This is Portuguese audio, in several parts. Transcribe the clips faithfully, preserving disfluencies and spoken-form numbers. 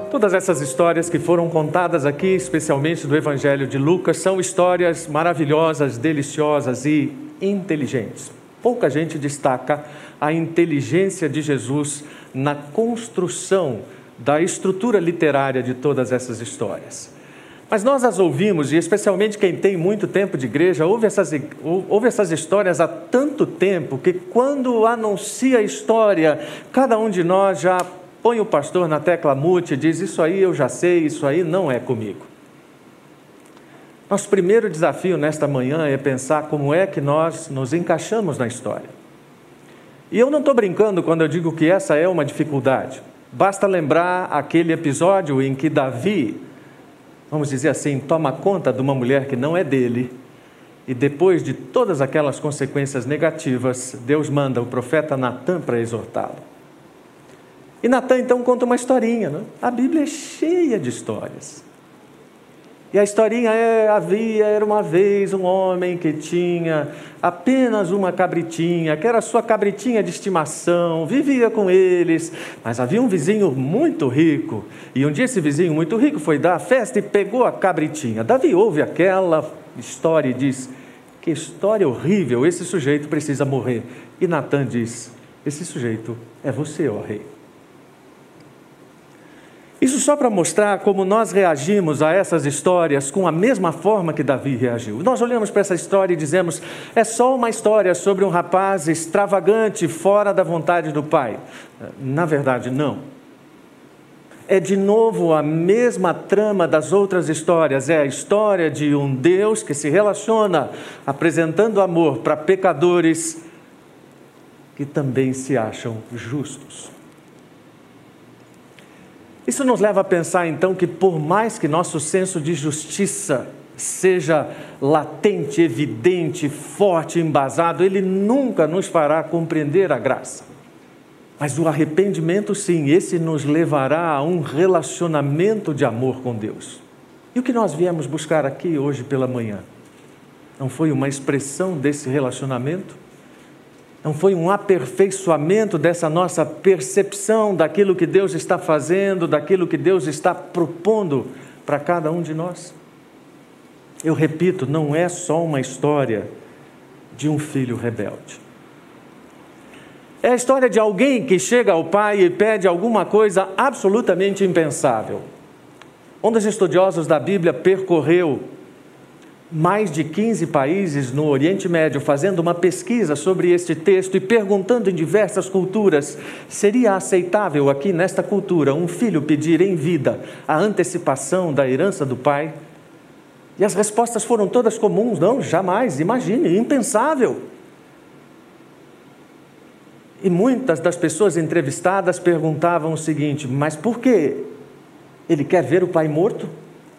Todas essas histórias que foram contadas aqui, especialmente do Evangelho de Lucas, são histórias maravilhosas, deliciosas e inteligentes. Pouca gente destaca a inteligência de Jesus na construção da estrutura literária de todas essas histórias. Mas nós as ouvimos, e especialmente quem tem muito tempo de igreja, ouve essas, ouve essas histórias há tanto tempo, que quando anuncia a história, cada um de nós já põe o pastor na tecla mute e diz: isso aí eu já sei, isso aí não é comigo. Nosso primeiro desafio nesta manhã é pensar como é que nós nos encaixamos na história. E eu não estou brincando quando eu digo que essa é uma dificuldade. Basta lembrar aquele episódio em que Davi, vamos dizer assim, toma conta de uma mulher que não é dele, e depois de todas aquelas consequências negativas, Deus manda o profeta Natã para exortá-lo. E Natã então conta uma historinha, né? A Bíblia é cheia de histórias. E a historinha é: havia, era uma vez um homem que tinha apenas uma cabritinha, que era a sua cabritinha de estimação, vivia com eles, mas havia um vizinho muito rico, e um dia esse vizinho muito rico foi dar a festa e pegou a cabritinha. Davi ouve aquela história e diz: que história horrível, esse sujeito precisa morrer. E Natã diz: esse sujeito é você, ó rei. Isso só para mostrar como nós reagimos a essas histórias com a mesma forma que Davi reagiu. Nós olhamos para essa história e dizemos: é só uma história sobre um rapaz extravagante, fora da vontade do pai. Na verdade, não. É de novo a mesma trama das outras histórias. É a história de um Deus que se relaciona apresentando amor para pecadores que também se acham justos. Isso nos leva a pensar, então, que por mais que nosso senso de justiça seja latente, evidente, forte, embasado, ele nunca nos fará compreender a graça. Mas o arrependimento, sim, esse nos levará a um relacionamento de amor com Deus. E o que nós viemos buscar aqui hoje pela manhã? Não foi uma expressão desse relacionamento? Não foi um aperfeiçoamento dessa nossa percepção daquilo que Deus está fazendo, daquilo que Deus está propondo para cada um de nós? Eu repito, não é só uma história de um filho rebelde. É a história de alguém que chega ao pai e pede alguma coisa absolutamente impensável. Um dos estudiosos da Bíblia percorreu mais de quinze países no Oriente Médio, fazendo uma pesquisa sobre este texto e perguntando em diversas culturas: seria aceitável aqui nesta cultura um filho pedir em vida a antecipação da herança do pai? E as respostas foram todas comuns: não, jamais, imagine, impensável. E muitas das pessoas entrevistadas perguntavam o seguinte: mas por quê? Ele quer ver o pai morto?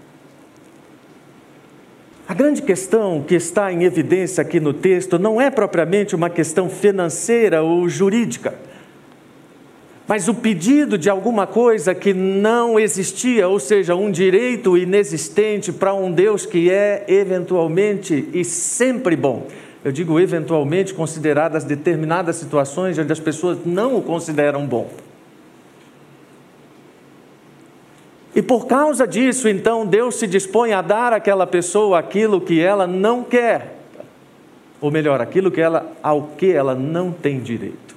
A grande questão que está em evidência aqui no texto não é propriamente uma questão financeira ou jurídica, mas o pedido de alguma coisa que não existia, ou seja, um direito inexistente para um Deus que é eventualmente e sempre bom. Eu digo eventualmente, consideradas determinadas situações onde as pessoas não o consideram bom. E por causa disso, então, Deus se dispõe a dar àquela pessoa aquilo que ela não quer. Ou melhor, aquilo que ela, ao que ela não tem direito.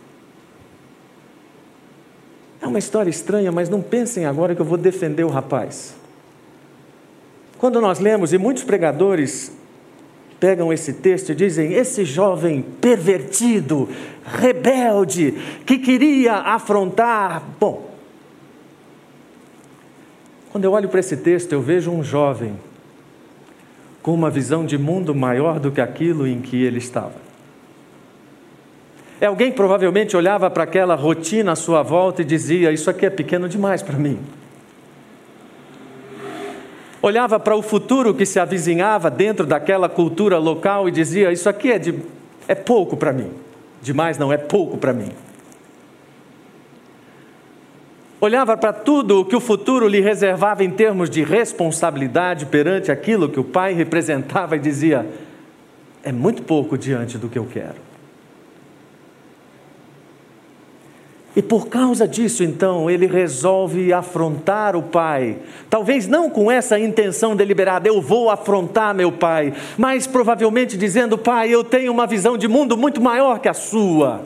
É uma história estranha, mas não pensem agora que eu vou defender o rapaz. Quando nós lemos, e muitos pregadores pegam esse texto e dizem: esse jovem pervertido, rebelde, que queria afrontar... Bom, quando eu olho para esse texto, eu vejo um jovem com uma visão de mundo maior do que aquilo em que ele estava. É alguém que provavelmente olhava para aquela rotina à sua volta e dizia: isso aqui é pequeno demais para mim. Olhava para o futuro que se avizinhava dentro daquela cultura local e dizia: isso aqui é, de, é pouco para mim. Demais não, é pouco para mim. Olhava para tudo o que o futuro lhe reservava em termos de responsabilidade perante aquilo que o pai representava e dizia: é muito pouco diante do que eu quero. E por causa disso, então, ele resolve afrontar o pai. Talvez não com essa intenção deliberada, eu vou afrontar meu pai, mas provavelmente dizendo: pai, eu tenho uma visão de mundo muito maior que a sua.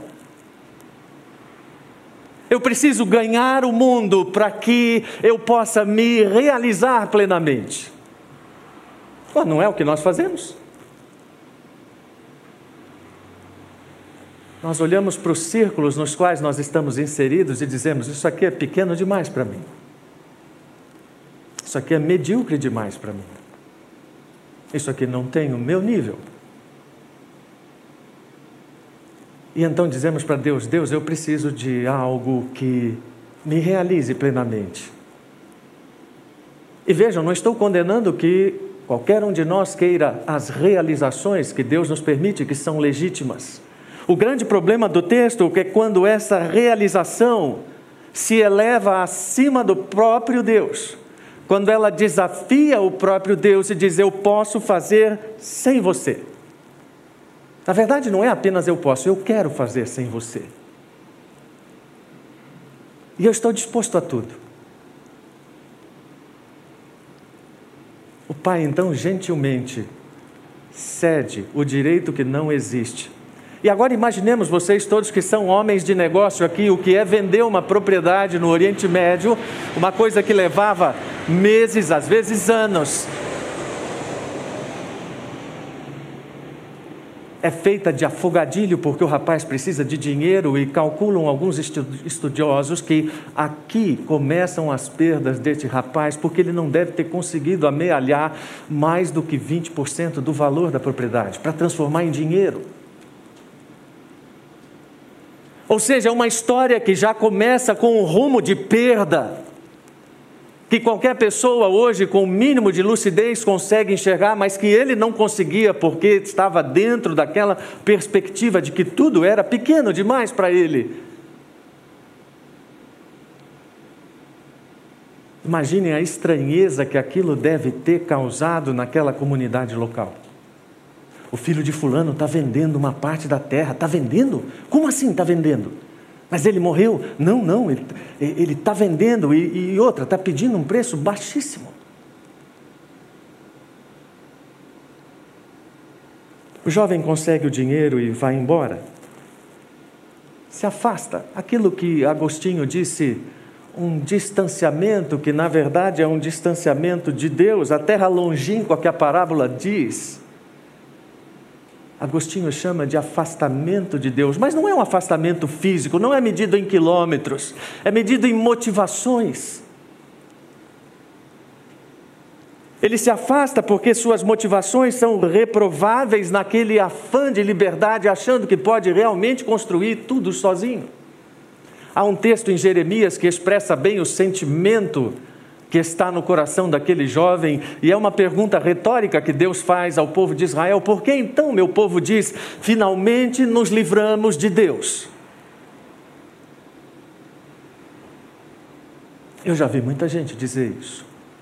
Eu preciso ganhar o mundo para que eu possa me realizar plenamente. Mas não é o que nós fazemos? Nós olhamos para os círculos nos quais nós estamos inseridos e dizemos: isso aqui é pequeno demais para mim. Isso aqui é medíocre demais para mim. Isso aqui não tem o meu nível. E então dizemos para Deus: Deus, eu preciso de algo que me realize plenamente. E vejam, não estou condenando que qualquer um de nós queira as realizações que Deus nos permite, que são legítimas. O grande problema do texto é quando essa realização se eleva acima do próprio Deus. Quando ela desafia o próprio Deus e diz: eu posso fazer sem você. Na verdade, não é apenas eu posso, eu quero fazer sem você. E eu estou disposto a tudo. O pai, então, gentilmente cede o direito que não existe. E agora imaginemos, vocês todos que são homens de negócio aqui, o que é vender uma propriedade no Oriente Médio, uma coisa que levava meses, às vezes anos. É feita de afogadilho porque o rapaz precisa de dinheiro, e calculam alguns estudiosos que aqui começam as perdas deste rapaz, porque ele não deve ter conseguido amealhar mais do que vinte por cento do valor da propriedade para transformar em dinheiro. Ou seja, é uma história que já começa com um rumo de perda, que qualquer pessoa hoje com o mínimo de lucidez consegue enxergar, mas que ele não conseguia porque estava dentro daquela perspectiva de que tudo era pequeno demais para ele. Imaginem a estranheza que aquilo deve ter causado naquela comunidade local. O filho de fulano está vendendo uma parte da terra. Está vendendo? Como assim está vendendo? Mas ele morreu? Não, não, ele está vendendo e, e outra, está pedindo um preço baixíssimo. O jovem consegue o dinheiro e vai embora. Se afasta. Aquilo que Agostinho disse, um distanciamento que na verdade é um distanciamento de Deus, a terra longínqua que a parábola diz. Agostinho chama de afastamento de Deus, mas não é um afastamento físico, não é medido em quilômetros, é medido em motivações. Ele se afasta porque suas motivações são reprováveis naquele afã de liberdade, achando que pode realmente construir tudo sozinho. Há um texto em Jeremias que expressa bem o sentimento que está no coração daquele jovem, e é uma pergunta retórica que Deus faz ao povo de Israel: por que então meu povo diz, finalmente nos livramos de Deus? Eu já vi muita gente dizer isso.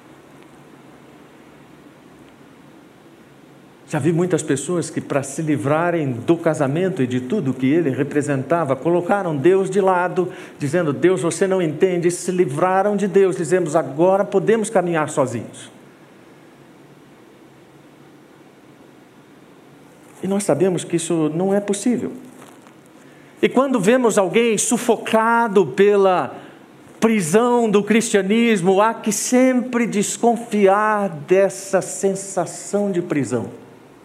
Já vi muitas pessoas que, para se livrarem do casamento e de tudo que ele representava, colocaram Deus de lado, dizendo: Deus, você não entende, se livraram de Deus, dizemos, agora podemos caminhar sozinhos. E nós sabemos que isso não é possível. E quando vemos alguém sufocado pela prisão do cristianismo, há que sempre desconfiar dessa sensação de prisão.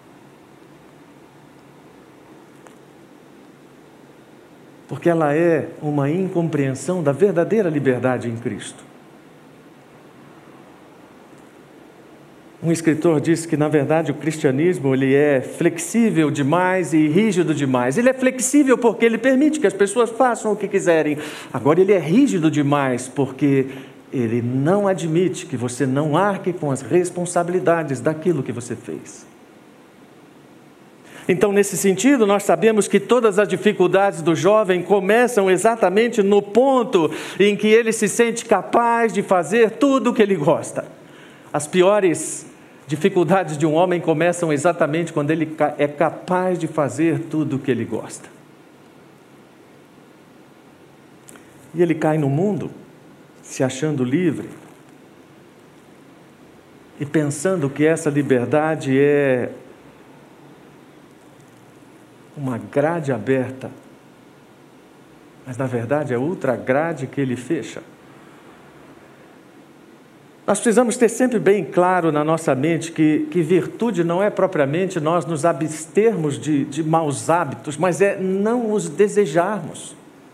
Porque ela é uma incompreensão da verdadeira liberdade em Cristo. Um escritor disse que, na verdade, o cristianismo ele é flexível demais e rígido demais. Ele é flexível porque ele permite que as pessoas façam o que quiserem. Agora, ele é rígido demais porque ele não admite que você não arque com as responsabilidades daquilo que você fez. Então, nesse sentido, nós sabemos que todas as dificuldades do jovem começam exatamente no ponto em que ele se sente capaz de fazer tudo o que ele gosta. As piores dificuldades de um homem começam exatamente quando ele é capaz de fazer tudo o que ele gosta. E ele cai no mundo, se achando livre, e pensando que essa liberdade é uma grade aberta, mas na verdade é outra grade que ele fecha. Nós precisamos ter sempre bem claro na nossa mente que, que virtude não é propriamente nós nos abstermos de, de maus hábitos, mas é não os desejarmos.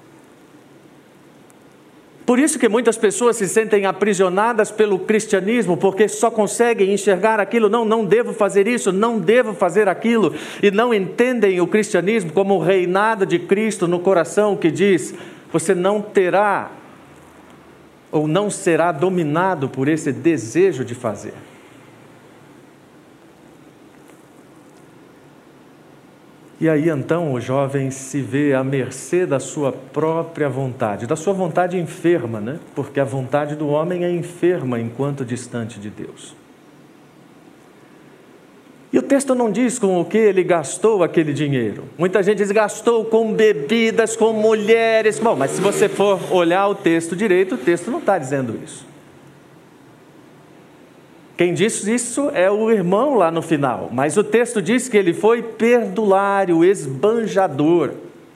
Por isso que muitas pessoas se sentem aprisionadas pelo cristianismo, porque só conseguem enxergar aquilo, não, não devo fazer isso, não devo fazer aquilo, e não entendem o cristianismo como o reinado de Cristo no coração, que diz, você não terá ou não será dominado por esse desejo de fazer. E aí então o jovem se vê à mercê da sua própria vontade, da sua vontade enferma, né? Porque a vontade do homem é enferma enquanto distante de Deus. E o texto não diz com o que ele gastou aquele dinheiro. Muita gente diz, gastou com bebidas, com mulheres. Bom, mas se você for olhar o texto direito, o texto não está dizendo isso. Quem disse isso é o irmão lá no final. Mas o texto diz que ele foi perdulário, esbanjador.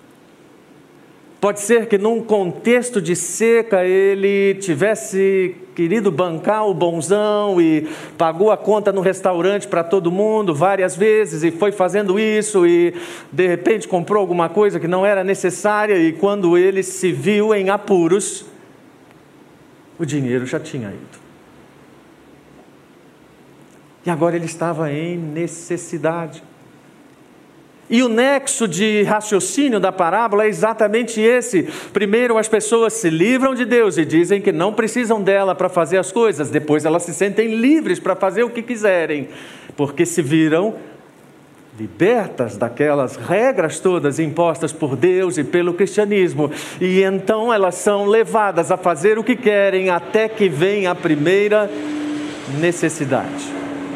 Pode ser que num contexto de seca ele tivesse querido bancar o bonzão e pagou a conta no restaurante para todo mundo várias vezes e foi fazendo isso e de repente comprou alguma coisa que não era necessária e quando ele se viu em apuros, o dinheiro já tinha ido. E agora ele estava em necessidade. E o nexo de raciocínio da parábola é exatamente esse. Primeiro, as pessoas se livram de Deus e dizem que não precisam dela para fazer as coisas. Depois, elas se sentem livres para fazer o que quiserem, porque se viram libertas daquelas regras todas impostas por Deus e pelo cristianismo. E então elas são levadas a fazer o que querem até que vem a primeira necessidade.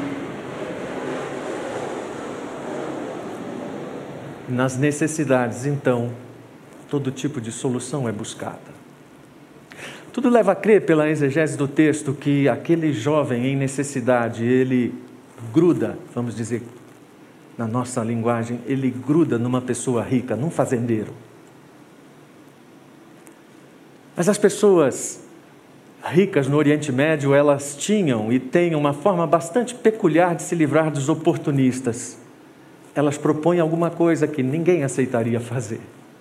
Nas necessidades, então, todo tipo de solução é buscada. Tudo leva a crer, pela exegese do texto, que aquele jovem em necessidade, ele gruda, vamos dizer, na nossa linguagem, ele gruda numa pessoa rica, num fazendeiro. Mas as pessoas ricas no Oriente Médio, elas tinham e têm uma forma bastante peculiar de se livrar dos oportunistas. Elas propõem alguma coisa que ninguém aceitaria fazer.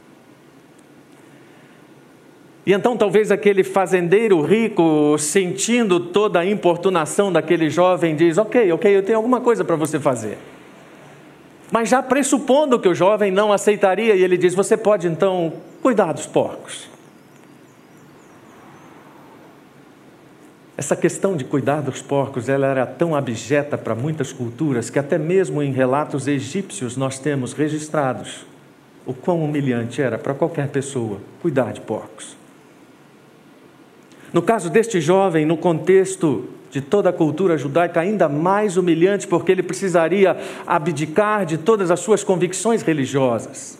E então talvez aquele fazendeiro rico, sentindo toda a importunação daquele jovem, diz, ok, ok, eu tenho alguma coisa para você fazer. Mas já pressupondo que o jovem não aceitaria, e ele diz, você pode então cuidar dos porcos. Essa questão de cuidar dos porcos, ela era tão abjeta para muitas culturas, que até mesmo em relatos egípcios nós temos registrados o quão humilhante era para qualquer pessoa cuidar de porcos. No caso deste jovem, no contexto de toda a cultura judaica, ainda mais humilhante, porque ele precisaria abdicar de todas as suas convicções religiosas.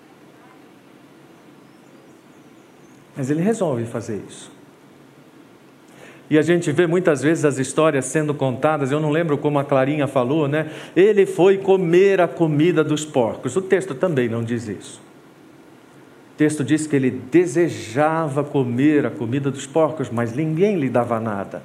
Mas ele resolve fazer isso. E a gente vê muitas vezes as histórias sendo contadas, eu não lembro como a Clarinha falou, né? Ele foi comer a comida dos porcos. O texto também não diz isso. O texto diz que ele desejava comer a comida dos porcos, mas ninguém lhe dava nada.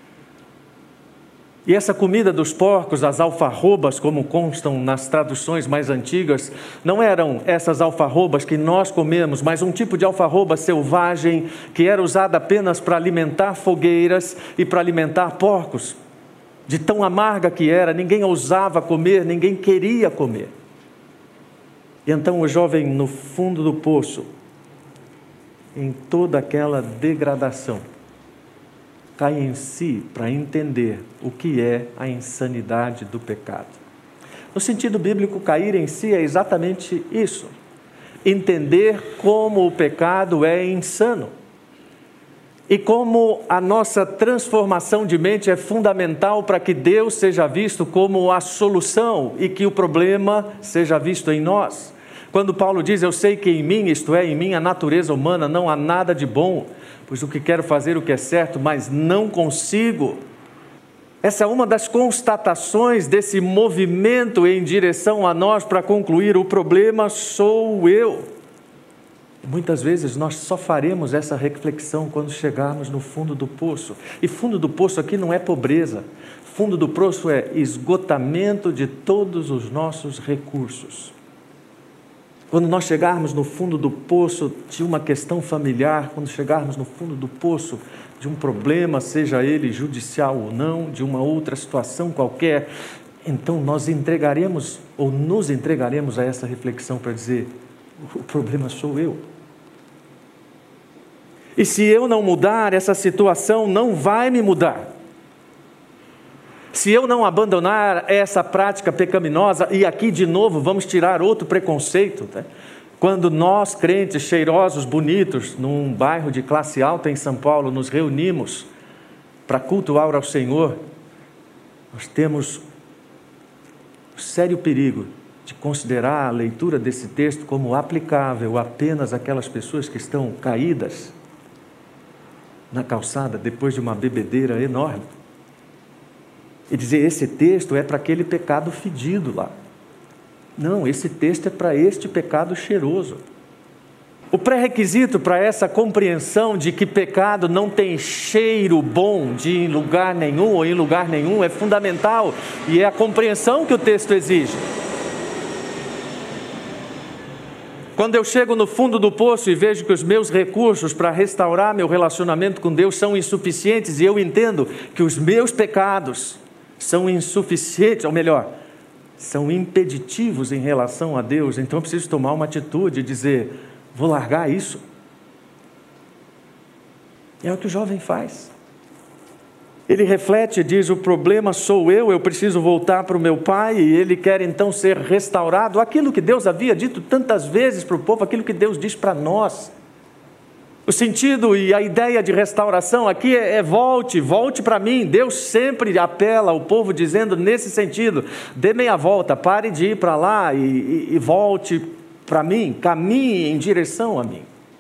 E essa comida dos porcos, as alfarrobas, como constam nas traduções mais antigas, não eram essas alfarrobas que nós comemos, mas um tipo de alfarroba selvagem que era usada apenas para alimentar fogueiras e para alimentar porcos. De tão amarga que era, ninguém ousava comer, ninguém queria comer. E então o jovem, no fundo do poço, em toda aquela degradação, cai em si para entender o que é a insanidade do pecado. No sentido bíblico, cair em si é exatamente isso. Entender como o pecado é insano. E como a nossa transformação de mente é fundamental para que Deus seja visto como a solução e que o problema seja visto em nós. Quando Paulo diz, eu sei que em mim, isto é, em minha natureza humana, não há nada de bom, pois o que quero fazer o que é certo, mas não consigo. Essa é uma das constatações desse movimento em direção a nós para concluir, o problema sou eu. Muitas vezes nós só faremos essa reflexão quando chegarmos no fundo do poço. E fundo do poço aqui não é pobreza. Fundo do poço é esgotamento de todos os nossos recursos. Quando nós chegarmos no fundo do poço de uma questão familiar, quando chegarmos no fundo do poço de um problema, seja ele judicial ou não, de uma outra situação qualquer, então nós entregaremos ou nos entregaremos a essa reflexão para dizer, o problema sou eu. E se eu não mudar, essa situação não vai me mudar. Se eu não abandonar essa prática pecaminosa, e aqui de novo vamos tirar outro preconceito, né? Quando nós, crentes cheirosos, bonitos, num bairro de classe alta em São Paulo, nos reunimos para cultuar ao Senhor, nós temos o sério perigo de considerar a leitura desse texto como aplicável apenas àquelas pessoas que estão caídas na calçada depois de uma bebedeira enorme. E dizer, esse texto é para aquele pecado fedido lá. Não, esse texto é para este pecado cheiroso. O pré-requisito para essa compreensão de que pecado não tem cheiro bom de em lugar nenhum ou em lugar nenhum é fundamental, e é a compreensão que o texto exige. Quando eu chego no fundo do poço e vejo que os meus recursos para restaurar meu relacionamento com Deus são insuficientes, e eu entendo que os meus pecados são insuficientes, ou melhor, são impeditivos em relação a Deus, então eu preciso tomar uma atitude e dizer, vou largar isso. É o que o jovem faz. Ele reflete e diz, o problema sou eu, eu preciso voltar para o meu pai, e ele quer então ser restaurado. Aquilo que Deus havia dito tantas vezes para o povo, aquilo que Deus diz para nós. O sentido e a ideia de restauração aqui é, é volte, volte para mim. Deus sempre apela ao povo dizendo nesse sentido, dê meia volta, pare de ir para lá e, e, e volte para mim, caminhe em direção a mim.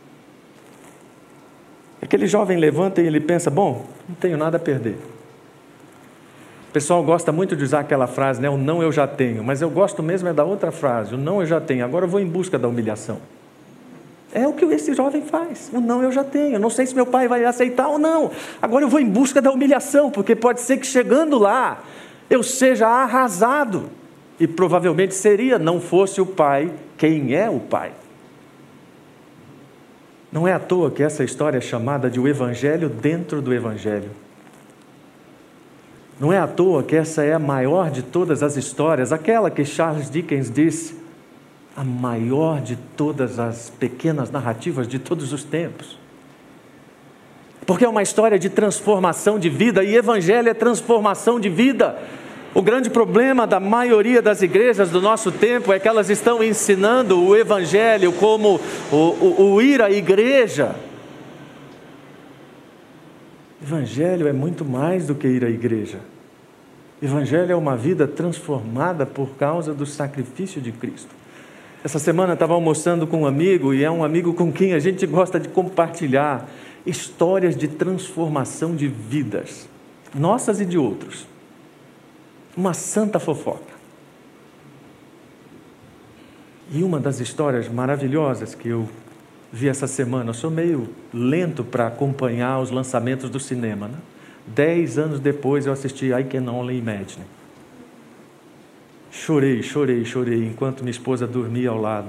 Aquele jovem levanta e ele pensa, bom, não tenho nada a perder. O pessoal gosta muito de usar aquela frase, né? O não eu já tenho, mas eu gosto mesmo é da outra frase, o não eu já tenho, agora eu vou em busca da humilhação. É o que esse jovem faz, o não eu já tenho, não sei se meu pai vai aceitar ou não, agora eu vou em busca da humilhação, porque pode ser que chegando lá, eu seja arrasado, e provavelmente seria, não fosse o pai quem é o pai. Não é à toa que essa história é chamada de o Evangelho dentro do Evangelho. Não é à toa que essa é a maior de todas as histórias, aquela que Charles Dickens disse, a maior de todas as pequenas narrativas de todos os tempos. Porque é uma história de transformação de vida, e Evangelho é transformação de vida. O grande problema da maioria das igrejas do nosso tempo é que elas estão ensinando o Evangelho como o, o, o ir à igreja. Evangelho é muito mais do que ir à igreja. Evangelho é uma vida transformada por causa do sacrifício de Cristo. Essa semana eu estava almoçando com um amigo, e é um amigo com quem a gente gosta de compartilhar histórias de transformação de vidas, nossas e de outros. Uma santa fofoca. E uma das histórias maravilhosas que eu vi essa semana, eu sou meio lento para acompanhar os lançamentos do cinema, né? Dez anos depois eu assisti I Can Only Imagine. Chorei, chorei, chorei, enquanto minha esposa dormia ao lado.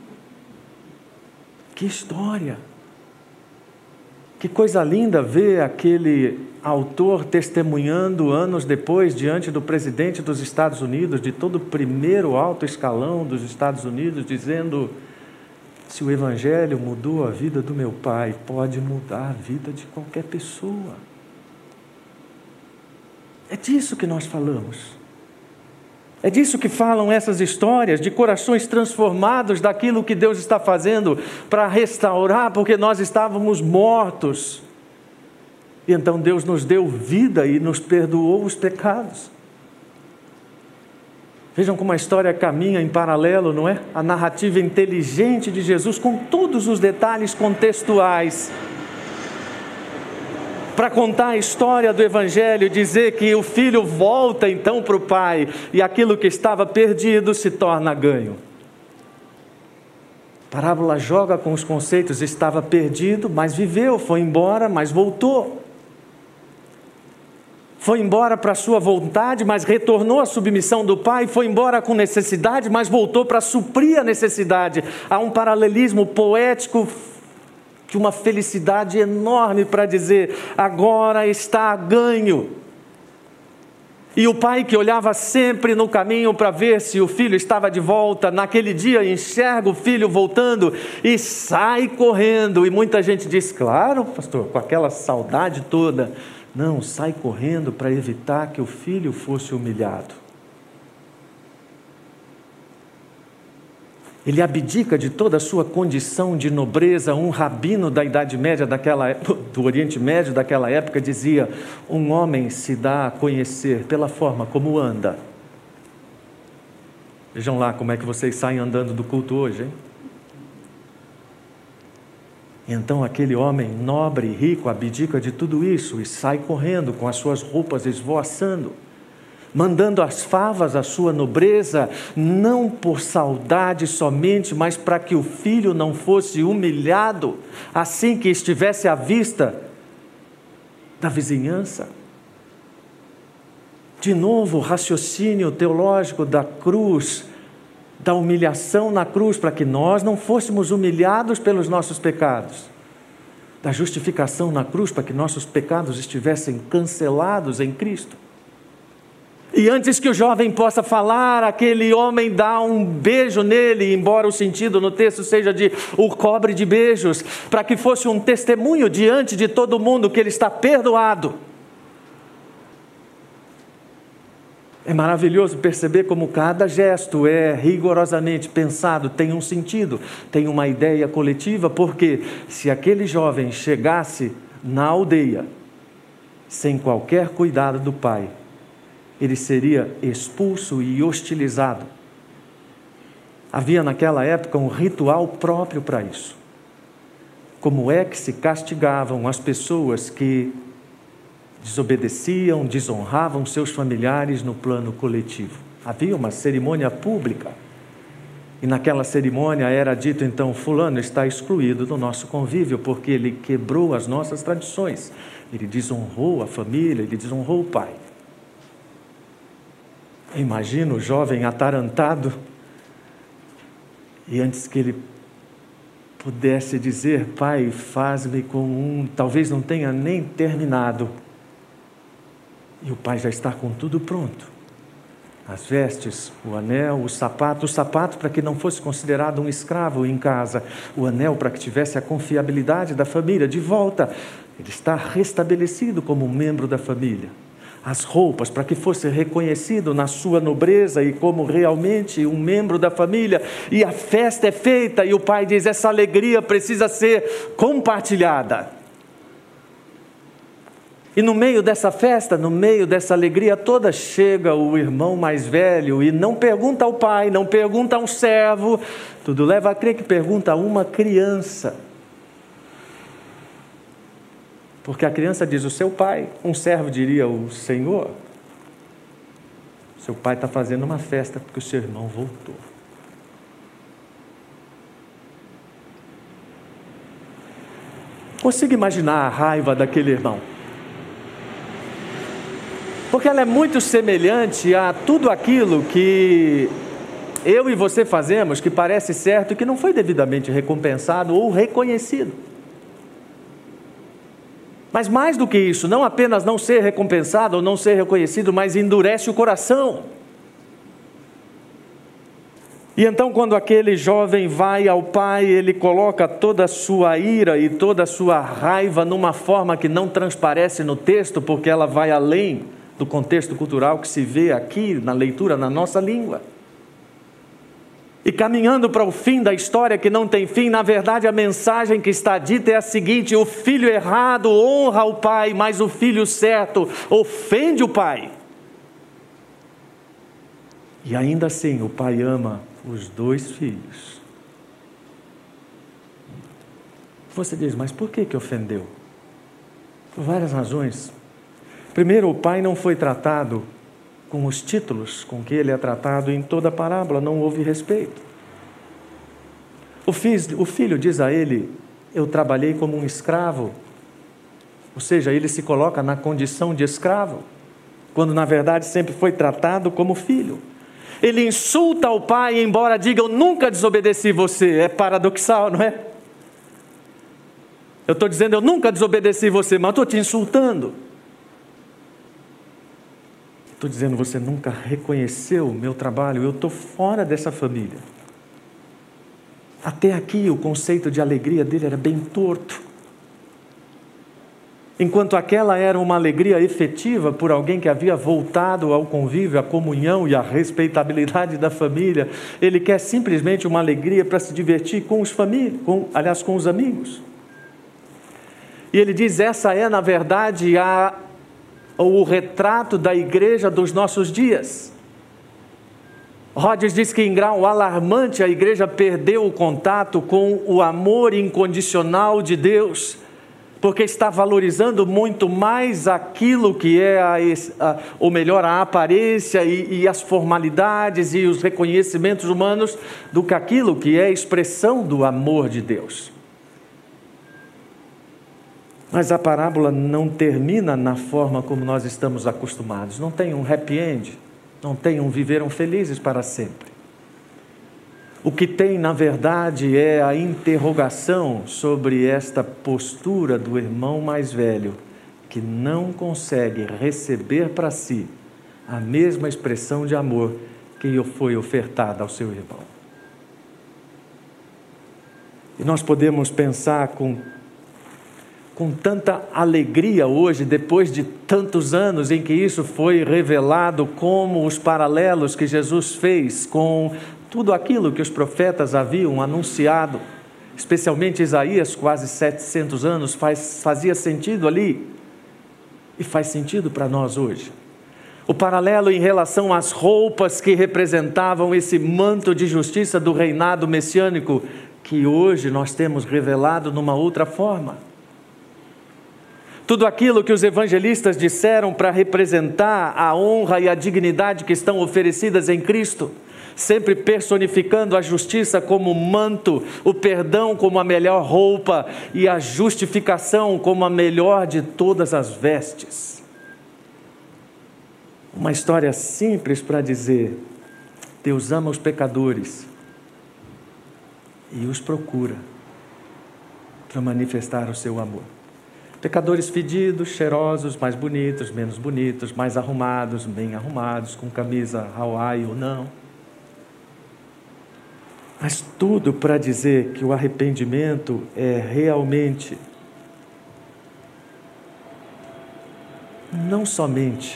Que história! Que coisa linda ver aquele autor testemunhando anos depois, diante do presidente dos Estados Unidos, de todo o primeiro alto escalão dos Estados Unidos, dizendo, se o Evangelho mudou a vida do meu pai, pode mudar a vida de qualquer pessoa. É disso que nós falamos. É disso que falam essas histórias, de corações transformados daquilo que Deus está fazendo para restaurar, porque nós estávamos mortos. E então Deus nos deu vida e nos perdoou os pecados. Vejam como a história caminha em paralelo, não é? A narrativa inteligente de Jesus, com todos os detalhes contextuais, para contar a história do Evangelho, dizer que o filho volta então para o pai, e aquilo que estava perdido se torna ganho. A parábola joga com os conceitos: estava perdido, mas viveu, foi embora, mas voltou. Foi embora para a sua vontade, mas retornou à submissão do pai. Foi embora com necessidade, mas voltou para suprir a necessidade. Há um paralelismo poético de uma felicidade enorme para dizer: agora está a ganho. E o pai, que olhava sempre no caminho para ver se o filho estava de volta, naquele dia enxerga o filho voltando e sai correndo. E muita gente diz: claro, pastor, com aquela saudade toda. Não, sai correndo para evitar que o filho fosse humilhado. Ele abdica de toda a sua condição de nobreza. Um rabino da Idade Média daquela, do Oriente Médio daquela época dizia: um homem se dá a conhecer pela forma como anda. Vejam lá como é que vocês saem andando do culto hoje, hein? Então aquele homem nobre e rico abdica de tudo isso e sai correndo com as suas roupas esvoaçando, mandando as favas à sua nobreza, não por saudade somente, mas para que o filho não fosse humilhado assim que estivesse à vista da vizinhança. De novo, o raciocínio teológico da cruz, da humilhação na cruz, para que nós não fôssemos humilhados pelos nossos pecados, da justificação na cruz, para que nossos pecados estivessem cancelados em Cristo. E antes que o jovem possa falar, aquele homem dá um beijo nele, embora o sentido no texto seja de o cobre de beijos, para que fosse um testemunho diante de todo mundo que ele está perdoado. É maravilhoso perceber como cada gesto é rigorosamente pensado, tem um sentido, tem uma ideia coletiva, porque se aquele jovem chegasse na aldeia sem qualquer cuidado do pai, ele seria expulso e hostilizado. Havia naquela época um ritual próprio para isso. Como é que se castigavam as pessoas que desobedeciam, desonravam seus familiares no plano coletivo? Havia uma cerimônia pública. E naquela cerimônia era dito então: fulano está excluído do nosso convívio porque ele quebrou as nossas tradições. Ele desonrou a família, ele desonrou o pai. Imagina o jovem atarantado, e antes que ele pudesse dizer: pai, faz-me com um, talvez não tenha nem terminado, e o pai já está com tudo pronto. As vestes, o anel, o sapato, o sapato para que não fosse considerado um escravo em casa, o anel para que tivesse a confiabilidade da família de volta. Ele está restabelecido como um membro da família. As roupas para que fosse reconhecido na sua nobreza e como realmente um membro da família. E a festa é feita e o pai diz: essa alegria precisa ser compartilhada. E no meio dessa festa, no meio dessa alegria toda, chega o irmão mais velho e não pergunta ao pai, não pergunta a um servo, tudo leva a crer que pergunta a uma criança. Porque a criança diz: o seu pai. Um servo diria: o senhor. Seu pai está fazendo uma festa porque o seu irmão voltou. Consigo imaginar a raiva daquele irmão. Porque ela é muito semelhante a tudo aquilo que eu e você fazemos, que parece certo e que não foi devidamente recompensado ou reconhecido. Mas mais do que isso, não apenas não ser recompensado ou não ser reconhecido, mas endurece o coração. E então, quando aquele jovem vai ao pai, ele coloca toda a sua ira e toda a sua raiva numa forma que não transparece no texto, porque ela vai além do contexto cultural que se vê aqui na leitura, na nossa língua. E caminhando para o fim da história que não tem fim, na verdade a mensagem que está dita é a seguinte: o filho errado honra o pai, mas o filho certo ofende o pai. E ainda assim o pai ama os dois filhos. Você diz, mas por que que ofendeu? Por várias razões. Primeiro, o pai não foi tratado com os títulos com que ele é tratado em toda a parábola, não houve respeito. O filho, o filho diz a ele, eu trabalhei como um escravo, ou seja, ele se coloca na condição de escravo, quando na verdade sempre foi tratado como filho. Ele insulta o pai, embora diga, eu nunca desobedeci você. É paradoxal, não é? Eu estou dizendo, eu nunca desobedeci você, mas estou te insultando. Estou dizendo, você nunca reconheceu o meu trabalho, eu estou fora dessa família. Até aqui o conceito de alegria dele era bem torto. Enquanto aquela era uma alegria efetiva por alguém que havia voltado ao convívio, à comunhão e à respeitabilidade da família, ele quer simplesmente uma alegria para se divertir com os famílias, com, aliás, com os amigos. E ele diz, essa é na verdade a, o retrato da igreja dos nossos dias. Rhodes diz que em grau alarmante a igreja perdeu o contato com o amor incondicional de Deus, porque está valorizando muito mais aquilo que é, a, a, ou melhor, a aparência e, e as formalidades e os reconhecimentos humanos do que aquilo que é a expressão do amor de Deus. Mas a parábola não termina na forma como nós estamos acostumados, não tem um happy end, não tem um viveram felizes para sempre. O que tem, na verdade, é a interrogação sobre esta postura do irmão mais velho, que não consegue receber para si a mesma expressão de amor que foi ofertada ao seu irmão. E nós podemos pensar com, com tanta alegria hoje, depois de tantos anos em que isso foi revelado, como os paralelos que Jesus fez com tudo aquilo que os profetas haviam anunciado, especialmente Isaías, quase setecentos anos, faz, fazia sentido ali, e faz sentido para nós hoje. O paralelo em relação às roupas que representavam esse manto de justiça do reinado messiânico, que hoje nós temos revelado numa outra forma. Tudo aquilo que os evangelistas disseram para representar a honra e a dignidade que estão oferecidas em Cristo, sempre personificando a justiça como manto, o perdão como a melhor roupa e a justificação como a melhor de todas as vestes. Uma história simples para dizer, Deus ama os pecadores e os procura para manifestar o seu amor. Pecadores fedidos, cheirosos, mais bonitos, menos bonitos, mais arrumados, bem arrumados, com camisa Hawaii ou não. Mas tudo para dizer que o arrependimento é realmente, não somente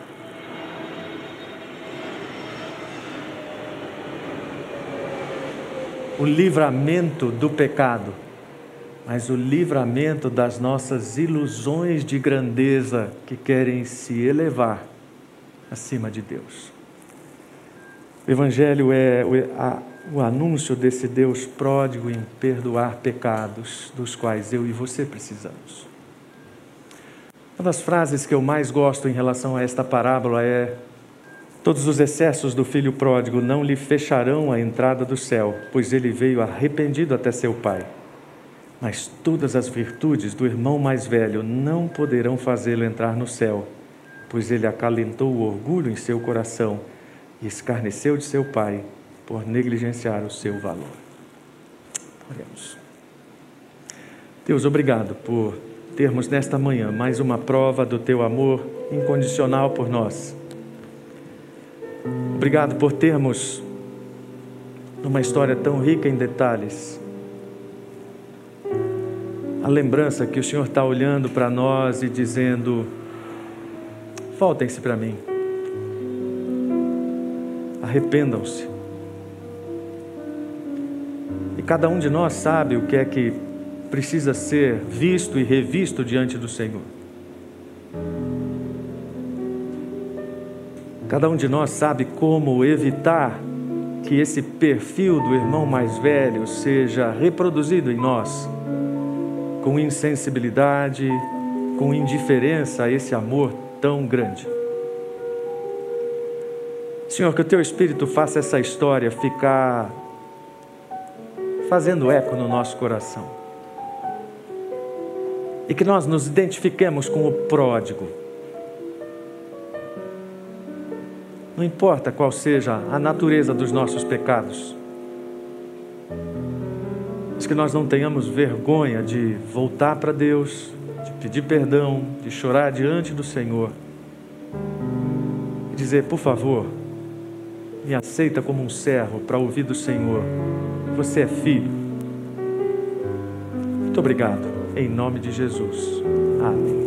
o livramento do pecado, mas o livramento das nossas ilusões de grandeza que querem se elevar acima de Deus. O Evangelho é a o anúncio desse Deus pródigo em perdoar pecados dos quais eu e você precisamos. Uma das frases que eu mais gosto em relação a esta parábola é: todos os excessos do filho pródigo não lhe fecharão a entrada do céu, pois ele veio arrependido até seu pai. Mas todas as virtudes do irmão mais velho não poderão fazê-lo entrar no céu, pois ele acalentou o orgulho em seu coração e escarneceu de seu pai por negligenciar o seu valor. Oremos. Deus, obrigado por termos nesta manhã mais uma prova do teu amor incondicional por nós. Obrigado por termos uma história tão rica em detalhes a lembrança que o Senhor está olhando para nós e dizendo: voltem-se para mim, arrependam-se. E cada um de nós sabe o que é que precisa ser visto e revisto diante do Senhor. Cada um de nós sabe como evitar que esse perfil do irmão mais velho seja reproduzido em nós, com insensibilidade, com indiferença a esse amor tão grande. Senhor, que o Teu Espírito faça essa história ficar fazendo eco no nosso coração. E que nós nos identifiquemos com o pródigo. Não importa qual seja a natureza dos nossos pecados, mas que nós não tenhamos vergonha de voltar para Deus, de pedir perdão, de chorar diante do Senhor e dizer: por favor, me aceita como um servo para ouvir do Senhor. Você é filho. Muito obrigado. Em nome de Jesus. Amém.